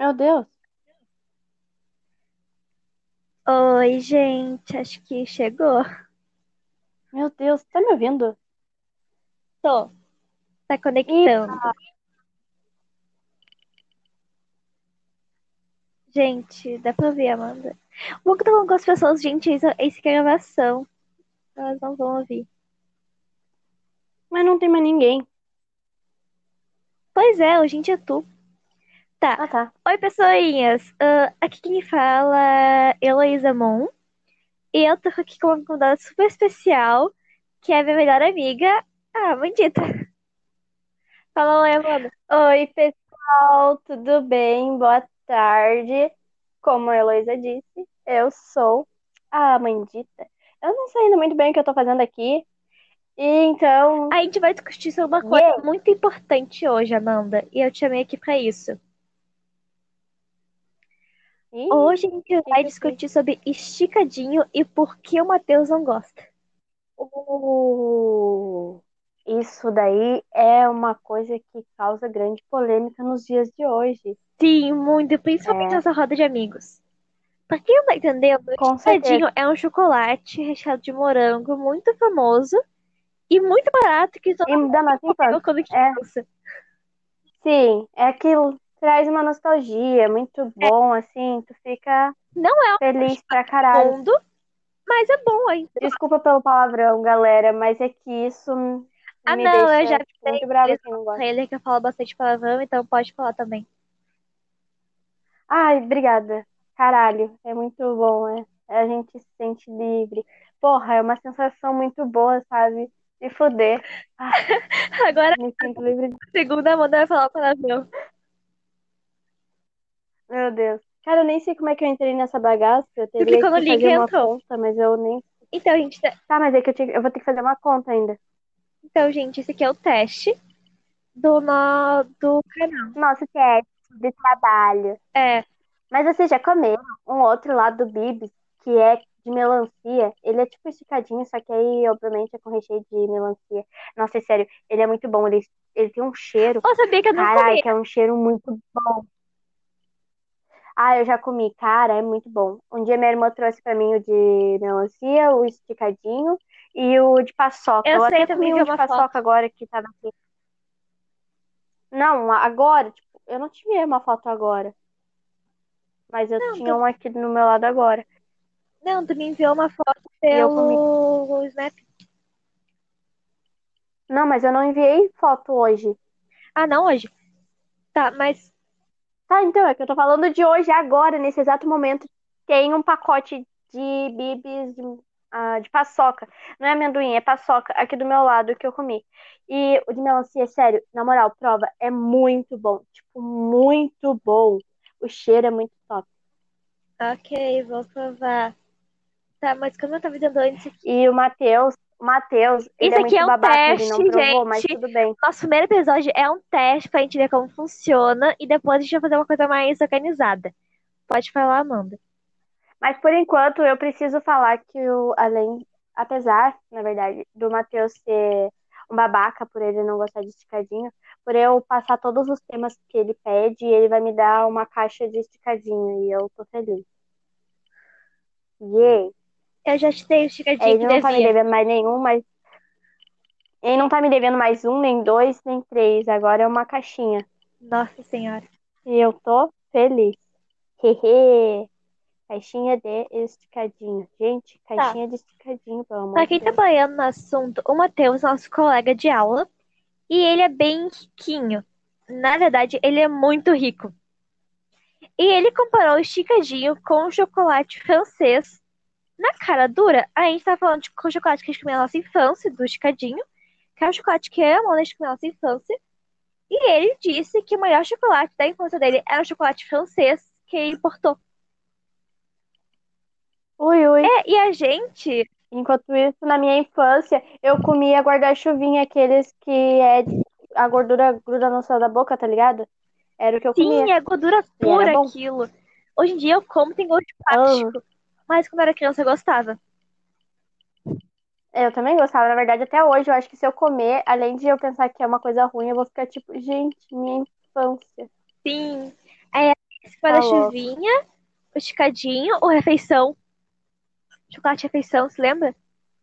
Meu Deus. Oi, gente, acho que chegou. Meu Deus. Tá me ouvindo? Tô, tá Ih, conectando. Gente, dá pra ouvir, Amanda. O bom que eu tô falando com as pessoas, gente, isso aqui é gravação. Elas não vão ouvir. mas não tem mais ninguém. Pois é, hoje em dia é tu. Tá. Ah, tá. Oi, pessoinhas. Aqui quem fala é Heloísa Mon. E eu tô aqui com uma convidada super especial, que é a minha melhor amiga, a Mandita. Fala, oi, Amanda. Oi, pessoal, tudo bem? Boa tarde. Como a Heloísa disse, eu sou a Amandita. Eu não sei ainda muito bem o que eu tô fazendo aqui. E então, A gente vai discutir sobre uma coisa yeah! muito importante hoje, Amanda. E eu te chamei aqui pra isso. Hoje a Ih, gente o vai que eu fiz? discutir sobre esticadinho e por que o Matheus não gosta. Uh, isso daí é uma coisa que causa grande polêmica nos dias de hoje. Sim, muito, principalmente É, nessa roda de amigos. Pra quem não tá entendendo, o com certeza. esticadinho é um chocolate recheado de morango muito famoso e muito barato que todo E da mundo nossa comeu infância. quando É, criança. sim, é aquilo. Traz uma nostalgia, muito É, bom, assim, tu fica não é o feliz pra melhor caralho. do mundo, mas é bom ainda. Desculpa pelo palavrão, galera, mas é que isso Ah, me não, eu já deixa, tipo, vi muito brava eles quem não no gosta. trailer que eu falo bastante palavrão, então pode falar também. Ai, obrigada. Caralho, é muito bom, né? A gente se sente livre. Porra, é uma sensação muito boa, sabe? Se fuder. Ah, Agora, me sinto livre. a segunda Amanda vai falar o palavrão. Meu Deus. Cara, eu nem sei como é que eu entrei nessa bagaça. Eu Tu teria clicou no que link e fazer uma entrou. conta, mas eu nem. Então, gente, Tá, mas é que eu vou ter que fazer uma conta ainda. esse aqui é o teste do canal. Nosso teste de trabalho. É, Mas vocês já comeram um outro lá do Bibis, que é de melancia? Ele é tipo esticadinho, só que aí, obviamente, é com recheio de melancia. Nossa, é sério, ele é muito bom. Ele tem um cheiro, eu sabia que eu não carai, comi. que é um cheiro muito. Ah, eu já comi, cara, é muito bom. Um dia minha irmã trouxe pra mim o de melancia, o esticadinho e o de paçoca. Eu Eu sei até também comi ver um de uma foto. paçoca agora que tava aqui. Não, agora, tipo, eu não tive uma foto agora, mas eu Não, tinha um aqui no meu lado agora. não, tu me enviou uma foto E eu comi. pelo Snap. Não, mas eu não enviei foto hoje. Ah, não, hoje. Tá, mas. Tá, então, é que eu tô falando de hoje, agora, nesse exato momento, tem um pacote de bibis de paçoca. Não é amendoim, é paçoca aqui do meu lado que eu comi. E o de melancia, sério, na moral, prova, é muito bom. Tipo, muito bom. O cheiro é muito top. Ok, vou provar. Tá, mas como eu tava dizendo antes aqui. E o Matheus, ele Isso é aqui muito é um babaca, ele teste, não provou, mas gente. tudo bem. Nosso primeiro episódio é um teste pra gente ver como funciona e depois a gente vai fazer uma coisa mais organizada. Pode falar, Amanda. Mas por enquanto eu preciso falar que apesar, na verdade, do Matheus ser um babaca por ele não gostar de esticadinho, por eu passar todos os temas que ele pede, ele vai me dar uma caixa de esticadinho e eu tô feliz. Yay! Eu já te dei o esticadinho que Ele não tá me devia. devendo mais nenhum, mas ele não tá me devendo mais um, nem dois, nem três. Agora é uma caixinha. Nossa Senhora. E eu tô feliz. Hehe! Caixinha de esticadinho. Gente, Tá. caixinha de esticadinho, pelo Pra amor de quem tá Deus. banhando no assunto, o Matheus, nosso colega de aula, e ele é bem riquinho. Na verdade, ele é muito rico. E ele comparou o esticadinho com o chocolate francês. Na cara dura, a gente tá falando com o chocolate que a gente comeu na nossa infância, do esticadinho, que é o chocolate que eu e a Mona a gente comeu na nossa infância. E ele disse que o melhor chocolate da infância dele era o chocolate francês que ele importou. Ui, ui. E a gente, Enquanto isso, na minha infância, eu comia guarda-chuvinha, aqueles que a gordura gruda no céu da boca, tá ligado? Era o que eu sim, comia. é gordura E era pura bom. aquilo. Hoje em dia eu como, tem gosto de Ah, plástico. Mas quando eu era criança eu gostava. eu também gostava, na verdade, até hoje. Eu acho que se eu comer, além de eu pensar que é uma coisa ruim, eu vou ficar tipo, gente, minha infância. Sim. Tá louco. Guarda-chuvinha, o esticadinho, o refeição. Chocolate refeição, se lembra?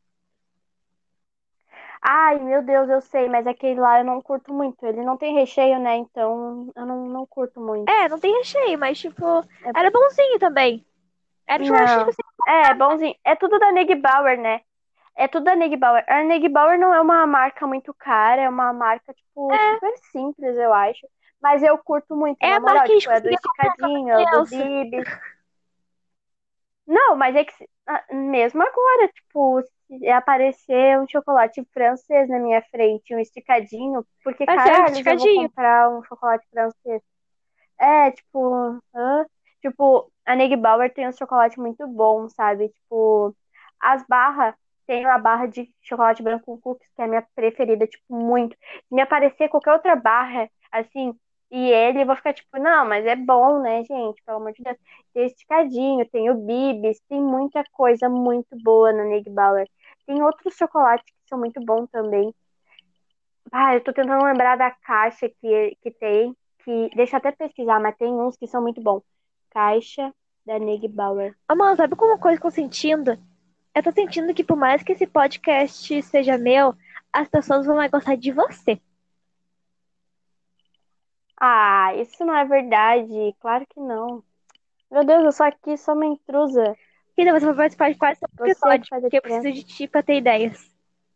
Ai, meu Deus, eu sei, mas aquele lá eu não curto muito. Ele não tem recheio, né? Então eu não curto muito. É, não tem recheio, mas tipo, É- era bonzinho também. Era um chocolate tipo Não. assim. É bonzinho. É tudo da Neg Bauer, né? É tudo da Neg Bauer. A Neg Bauer não é uma marca muito cara, é uma marca, tipo, É, super simples, eu acho. Mas eu curto muito, é na a marca moral. que a gente Tipo, é do conseguia comprar quando esticadinho, é do criança. Bibis. Não, mas é que mesmo agora, tipo, se aparecer um chocolate francês na minha frente, um esticadinho, porque Vai ser o caralho, eu vou esticadinho. comprar um chocolate francês. É, tipo, tipo, a Neg Bauer tem um chocolate muito bom, sabe? Tipo, as barras, tem a barra de chocolate branco com cookies, que é a minha preferida, tipo, muito. Se me aparecer qualquer outra barra, assim, e ele, eu vou ficar tipo, não, mas é bom, né, gente? Pelo amor de Deus. Tem esticadinho, tem o Bibis, tem muita coisa muito boa na Neg Bauer. Tem outros chocolates que são muito bons também. Ah, eu tô tentando lembrar da caixa que tem, que deixa eu até pesquisar, mas tem uns que são muito bons. Caixa da Neg Bauer. Ô, mano, sabe como uma coisa que eu tô sentindo? Eu tô sentindo que por mais que esse podcast seja meu, as pessoas vão mais gostar de você. Ah, isso não é verdade. Claro que não. Meu Deus, eu sou aqui, sou uma intrusa. Filha, você vai participar de quase todo Você que episódio, faz a porque eu preciso diferença. de ti pra ter ideias.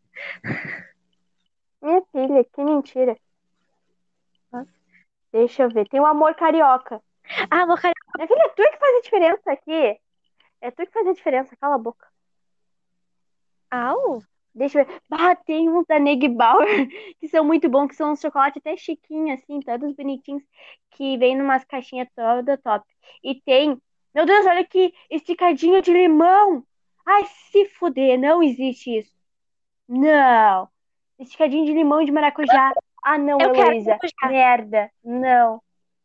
Minha filha, que mentira. Nossa. Deixa eu ver. Tem o amor carioca. Ah, meu cara. Minha filha, é tu que faz a diferença aqui. É tu que faz a diferença. Cala a boca. Au! Deixa eu ver. Bah, tem uns da Neg Bauer que são muito bons, que são uns chocolates até chiquinhos, assim, todos bonitinhos, que vem numas caixinhas toda top. E tem, meu Deus, olha aqui, esticadinho de limão. Ai, se fuder, não existe isso. Não. Esticadinho de limão e de maracujá. Ah, não, Eu quero Heloísa. já. Merda. Não.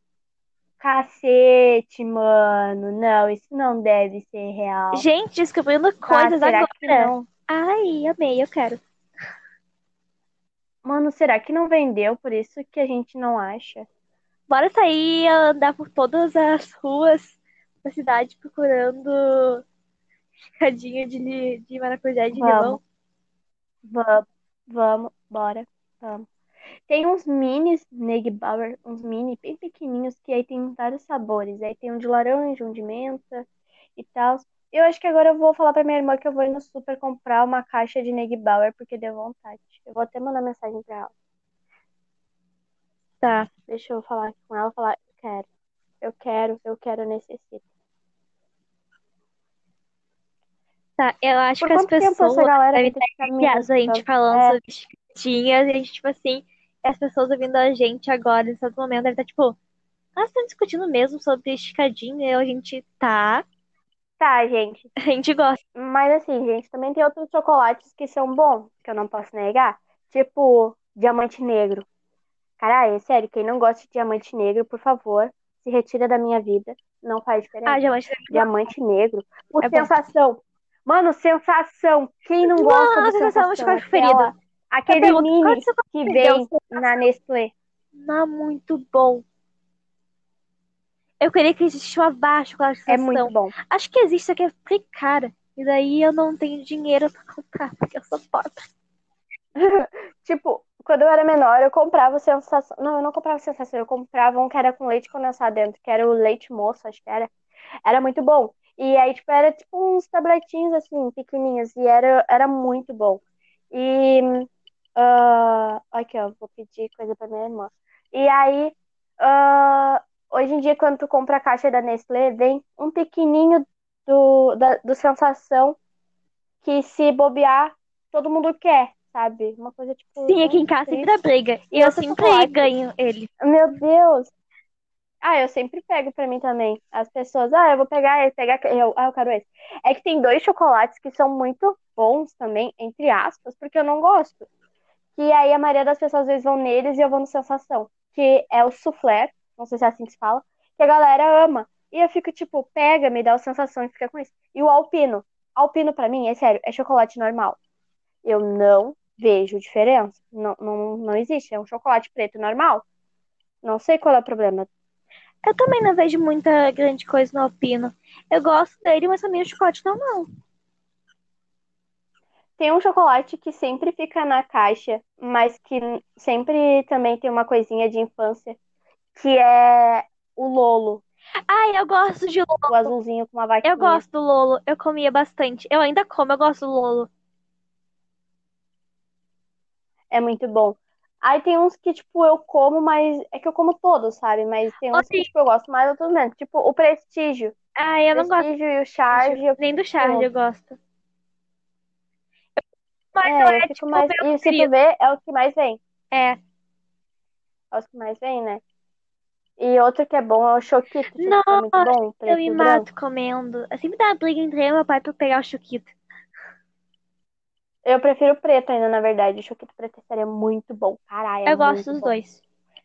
Cacete, mano. Não, isso não deve ser real. Gente, descobrindo Ah, coisas será que agora. não? Ai, amei, eu quero. Mano, será que não vendeu? Por isso que a gente não acha? Bora sair andar por todas as ruas da cidade procurando picadinho de maracujá e de Vamos, limão. vamos, vamos, bora, vamos. Tem uns minis Negbauer, uns mini bem pequenininhos, que aí tem vários sabores. Aí tem um de laranja, um de menta e tal. Eu acho que agora eu vou falar pra minha irmã que eu vou ir no super comprar uma caixa de Negbauer, porque deu vontade. Eu vou até mandar mensagem pra ela. Tá, Deixa eu falar com ela, falar, eu necessito. tá. Eu acho Por que as quanto tempo essa pessoas galera devem vai ter estar que ficar me entediadas a gente escutando? falando É, sobre picadinhas e a gente, tipo assim, as pessoas ouvindo a gente agora, nesse exato momento, devem estar tipo, elas estão discutindo mesmo sobre esticadinho e a gente tá, tá, gente. a gente gosta. Mas assim, gente, também tem outros chocolates que são bons, que eu não posso negar. Tipo, diamante negro. Cara, é sério, quem não gosta de diamante negro, por favor, se retira da minha vida. Não faz Ah, diferença. diamante Diamante negro. O é bom. sensação. Mano, sensação. Quem não gosta do Nossa, esse é o meu sensação? chocolate preferido. Eu Aquele pergunto, qual é o mini seu que preferido? É o vem na sensação. Nestlé. Não, muito bom. Eu queria que existisse uma barra de chocolate É muito sensação. bom. Acho que existe, só que é bem cara. E daí eu não tenho dinheiro pra comprar, porque eu sou pobre. Tipo, quando eu era menor, eu comprava sensação. Não, eu não comprava sensação, eu comprava um que era com leite condensado dentro, que era o leite moço, acho que era. Era muito bom. E aí, tipo, era tipo uns tabletinhos assim, pequenininhos, e era muito bom. E aqui, ó, vou pedir coisa pra minha irmã. E aí, hoje em dia, quando tu compra a caixa da Nestlé, vem um pequenininho do Sensação que se bobear, todo mundo quer, sabe? Uma coisa, tipo, Sim, aqui tão em casa sempre dá triste. briga. E E eu outro sempre chocolate. ganho ele. Meu Deus. Ah, eu sempre pego pra mim também. As pessoas, eu vou pegar esse, pegar aquele. Eu quero esse. É que tem dois chocolates que são muito bons também, entre aspas, porque eu não gosto. Que aí a maioria das pessoas às vezes vão neles e eu vou no Sensação. Que é o soufflé, não sei se é assim que se fala, que a galera ama. E eu fico tipo, pega, me dá o Sensação e fica com isso. E o Alpino. Alpino pra mim, é sério, é chocolate normal. Eu não vejo diferença. Não, não, não existe. É um chocolate preto normal. Não sei qual é o problema. Eu também não vejo muita grande coisa no Alpino. Eu gosto dele, mas também o chocolate normal. Tem um chocolate que sempre fica na caixa, mas que sempre também tem uma coisinha de infância, que é o Lolo, Ai, eu gosto de o Lolo. azulzinho com uma Eu vaquinha. gosto do Lolo. Eu comia bastante. Eu ainda como, eu gosto do Lolo. É muito bom. Aí tem uns que, tipo, eu como, mas é que eu como todos, sabe? Mas tem Ou uns que, sim. tipo, eu gosto mais, outros menos. Tipo, o Prestígio. Ai, eu não gosto Prestígio e o do Charge, Charge. eu Nem fico, do Charge eu tipo, gosto. Mas não eu é, fico tipo, o mais. meu E se tu preferido. vê, é o que mais vem. É. É os que mais vem, né? E outro que é bom é o Choquito, tipo, que é muito Nossa, bom, o eu me preto e o mato branco. comendo. Eu sempre dá uma briga entre eu e meu pai pra pegar o Choquito. Eu prefiro o preto ainda, na verdade. O Choquito preto seria muito bom. Caralho, é Eu gosto muito dos bom. dois.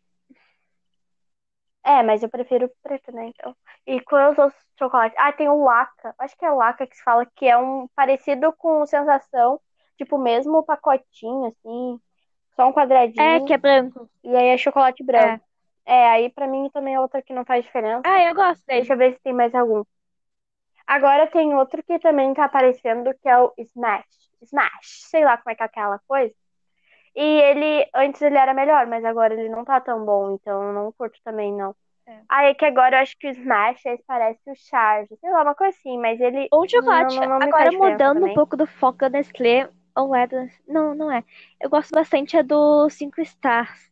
É, mas eu prefiro o preto, né? Então. E quais os outros chocolates? Ah, tem o Laca. Acho que é o Laca que se fala que é um parecido com sensação. Tipo, mesmo pacotinho, assim. Só um É, que quadradinho. é branco. E aí é chocolate É. branco. É, aí pra mim também é outra que não faz diferença. Ah, eu gosto Deixa dele. eu ver se tem mais algum. Agora tem outro que também tá aparecendo, que é o Smash. Smash, sei lá como é que é aquela coisa. E ele, antes ele era melhor, mas agora ele não tá tão bom, então eu não curto também, não. É. Ah, é que agora eu acho que o Smash aí parece o Charge, sei lá, uma coisa assim, mas ele Ou não, chocolate. não me Agora faz diferença mudando um também. pouco do foco da Nestlé. Ou é da... Não, não é. Eu gosto bastante é do 5 Stars.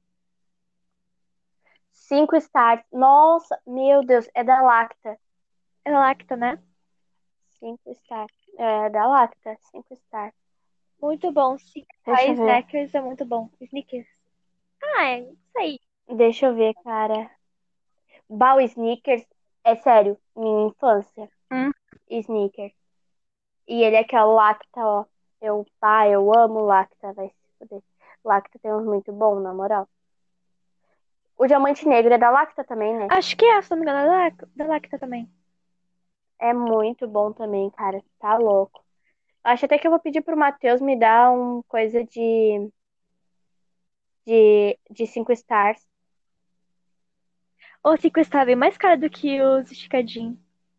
5 stars. Nossa, meu Deus, é da Lacta. É lacta, né? 5 stars. É da Lacta, 5 stars. Muito bom. 5 Deixa eu ver. Snickers é muito bom. Snickers. Ah, é isso aí. Deixa eu ver, cara. Bal Snickers, é sério, minha infância. Hum. Snickers. E ele é aquela Lacta, ó. Eu amo Lacta, vai se fuder. Lacta tem uns muito bom, na moral. O Diamante Negro é da Lacta também, né? Acho que é, se não me engano, é da Lacta também. É muito bom também, cara. Tá louco. Acho até que eu vou pedir pro Matheus me dar um coisa de 5 stars. Ou 5 Stars é bem mais caro do que os esticadinhos.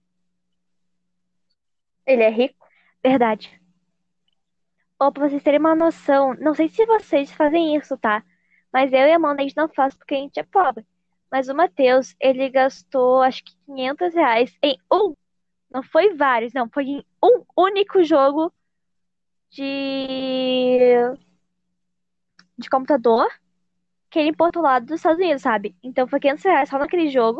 Ele é rico? Verdade. Ou pra vocês terem uma noção, não sei se vocês fazem isso, tá? Mas eu e a Amanda, a gente não faz porque a gente é pobre. Mas o Matheus, ele gastou acho que R$ 500 em um, não foi vários, não, foi em um único jogo de, de computador que ele importou lá dos Estados Unidos, sabe? Então foi R$ 500 só naquele jogo.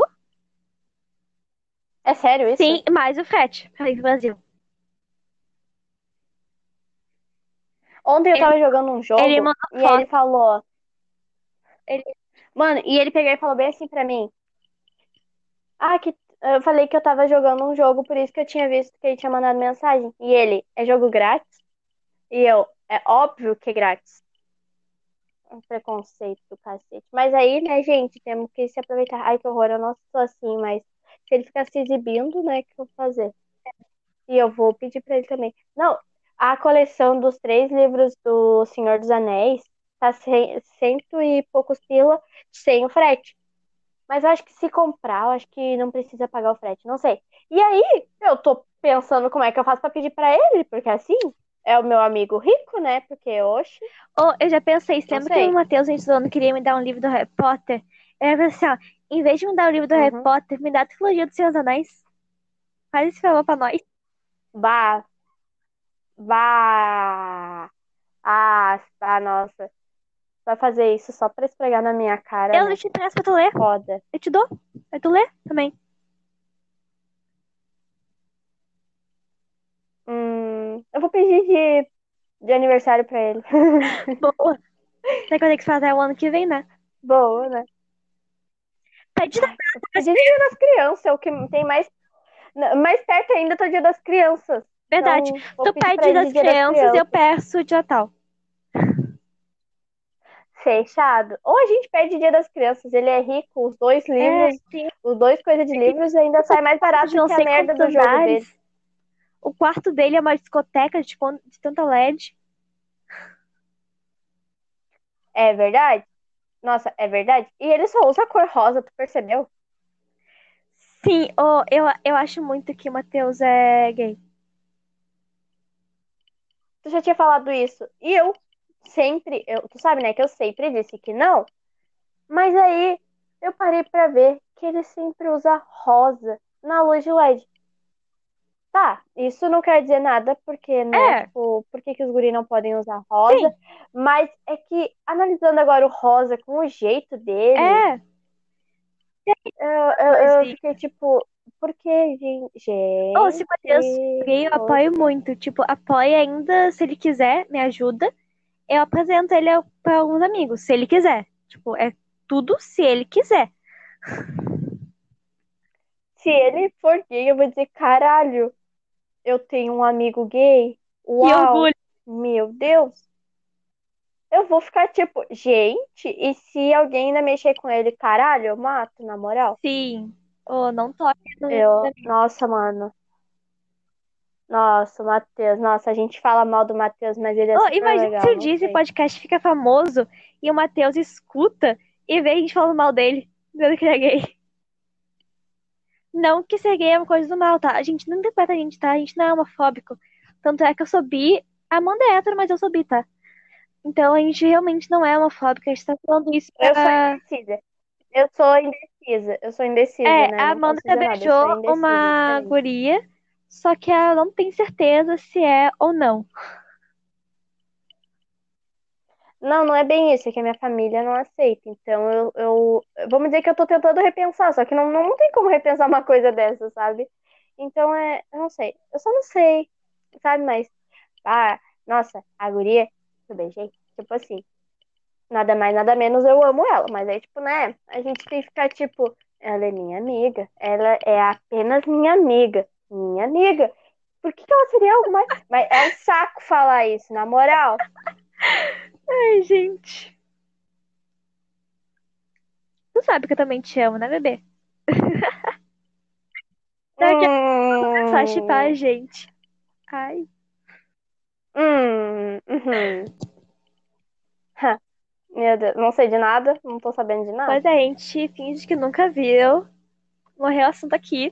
É sério isso? Sim, mais o frete pra vir pro Brasil. Ontem eu Ele, tava jogando um ele jogo mandou e aí foto. ele falou, Ele, mano, e ele pegou e falou bem assim pra mim. Ah, que eu falei que eu tava jogando um jogo, por isso que eu tinha visto que ele tinha mandado mensagem. E ele, é jogo grátis? E eu, é óbvio que é grátis. Um preconceito do cacete. Mas aí, né, gente, temos que se aproveitar. Ai, que horror, eu não sou assim, mas se ele ficar se exibindo, né, o que eu vou fazer? E eu vou pedir pra ele também. Não, a coleção dos 3 livros do Senhor dos Anéis tá cento e poucos pila sem o frete. Mas eu acho que se comprar, eu acho que não precisa pagar o frete, não sei. E aí, eu tô pensando como é que eu faço pra pedir pra ele, porque assim, é o meu amigo rico, né? Porque, oxe, oh, eu já pensei, você não lembra que o sei. Matheus, antes do ano, queria me dar um livro do Harry Potter? Eu pensei, ó, em vez de me dar o livro do Harry Uhum. Potter, me dá a trilogia dos Senhor dos Anéis. Faz esse favor pra nós. Bah, bah. Nossa. Vai fazer isso só pra esfregar na minha cara, Eu né? te peço pra tu ler. Foda. Eu te dou. Aí tu lê também. Eu vou pedir de aniversário pra ele. Boa. Tem que eu ter que fazer o ano que vem, né? Boa, né? Pede da... Ai, eu vou pedir de Dia das Crianças, é o que tem mais. Mais perto ainda tá o Dia das Crianças. Verdade. Então, vou Tu pedir pra pede ele das de Dia das crianças e eu Crianças. peço de Natal. Fechado. Ou a gente pede Dia das Crianças, ele é rico, os dois É, livros, tem os dois coisas de livros ainda sai mais um de barato não que a sei merda quantos do jogo andares. dele. O quarto dele é uma discoteca de tanta LED. É verdade? Nossa, é verdade? E ele só usa cor rosa, tu percebeu? Sim, eu acho muito que o Matheus é gay. Tu já tinha falado isso. E eu sempre, tu sabe, né, que eu sempre disse que não. Mas aí eu parei pra ver que ele sempre usa rosa na luz de LED. Tá, isso não quer dizer nada, porque, né, É, tipo, por que que os guris não podem usar rosa? sim, Mas é que, analisando agora o rosa com o jeito dele, é. eu Coisinha. fiquei tipo, por que, gente? Ou se o Matheus Gente, gay, eu apoio poxa. muito. Tipo, apoio ainda, se ele quiser, me ajuda. Eu apresento ele pra alguns amigos, se ele quiser. Tipo, é tudo se ele quiser. Se ele for gay, eu vou dizer, caralho, eu tenho um amigo gay. Que Uau, orgulho. meu Deus. Eu vou ficar tipo, gente, e se alguém ainda mexer com ele, caralho, eu mato, na moral. Sim. Oh, não toque nos amigos. Nossa, mano. Nossa, o Matheus. Nossa, a gente fala mal do Matheus, mas ele é Oh, super imagina se legal, um não dia esse sei. podcast fica famoso e o Matheus escuta e vê a gente falando mal dele, dizendo que ele é gay. Não que ser gay é uma coisa do mal, tá? A gente não interpreta a gente, tá? A gente não é homofóbico. Tanto é que eu sou bi, a Amanda é hétero, mas eu sou bi, tá? Então a gente realmente não é homofóbica, a gente tá falando isso Eu sou pra. indecisa. Eu sou indecisa. Eu sou indecisa, É, né? a Não Amanda posso já dizer nada. Eu sou beijou indecisa, é uma diferente. guria, só que ela não tem certeza se é ou não. Não, não é bem isso, é que a minha família não aceita. Então vamos dizer que eu tô tentando repensar, só que não tem como repensar uma coisa dessa, sabe? Então eu não sei. Eu só não sei, sabe? Mas, ah, nossa, a guria, que eu beijei, tipo assim, nada mais, nada menos, eu amo ela. Mas aí, tipo, né, a gente tem que ficar, tipo, ela é minha amiga, ela é apenas minha amiga, minha amiga. Por que que ela seria algo mais? Mas é um saco falar isso, na moral. Ai, gente. Tu sabe que eu também te amo, né, bebê? Daqui a pouco começar a chipar a Hum. gente. Ai. Uhum. Ha, meu Deus, não sei de nada, não tô sabendo de nada. Pois é, a gente finge que nunca viu. Morreu o assunto aqui.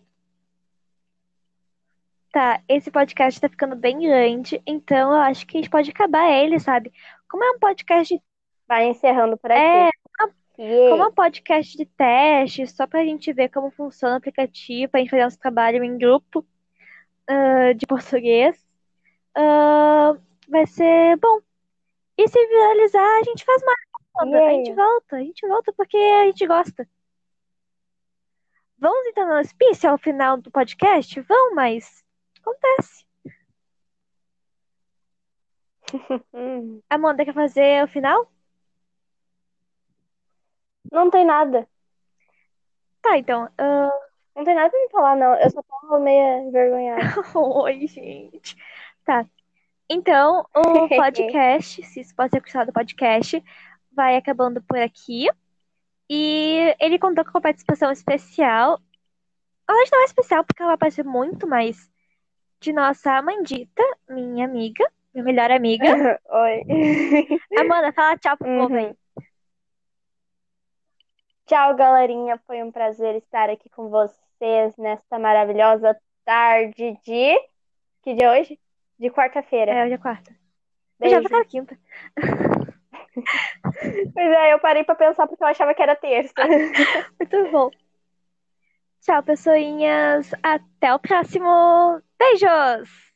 Tá, esse podcast tá ficando bem grande, então eu acho que a gente pode acabar ele, sabe? Como é um podcast de... Vai encerrando por aqui. É, como é Yeah. um podcast de teste, só pra gente ver como funciona o aplicativo, pra gente fazer nosso trabalho em grupo, de português, ah, vai ser bom. E se viralizar, a gente faz mais, Amanda. Yeah. A gente volta porque a gente gosta. Vamos então no hospício ao final do podcast? Vão, mas acontece. Hum. Amanda quer fazer o final? Não tem nada. Tá, então. Não tem nada pra me falar, não. Eu só tô meio envergonhada. Oi, gente. Tá. Então, o podcast, se isso pode ser considerado podcast, vai acabando por aqui. E ele contou com uma participação especial. Ela não é especial porque ela vai aparecer muito mais de nossa Amandita, minha amiga, minha melhor amiga. Oi. Amanda, fala tchau pro povo aí. Uhum. Tchau, galerinha. Foi um prazer estar aqui com vocês nesta maravilhosa tarde de... Que dia é hoje? De quarta-feira. É, hoje é quarta. Eu já vou Beijo. na quinta. Pois é, eu parei pra pensar porque eu achava que era terça. Muito bom. Tchau, pessoinhas. Até o próximo. Beijos!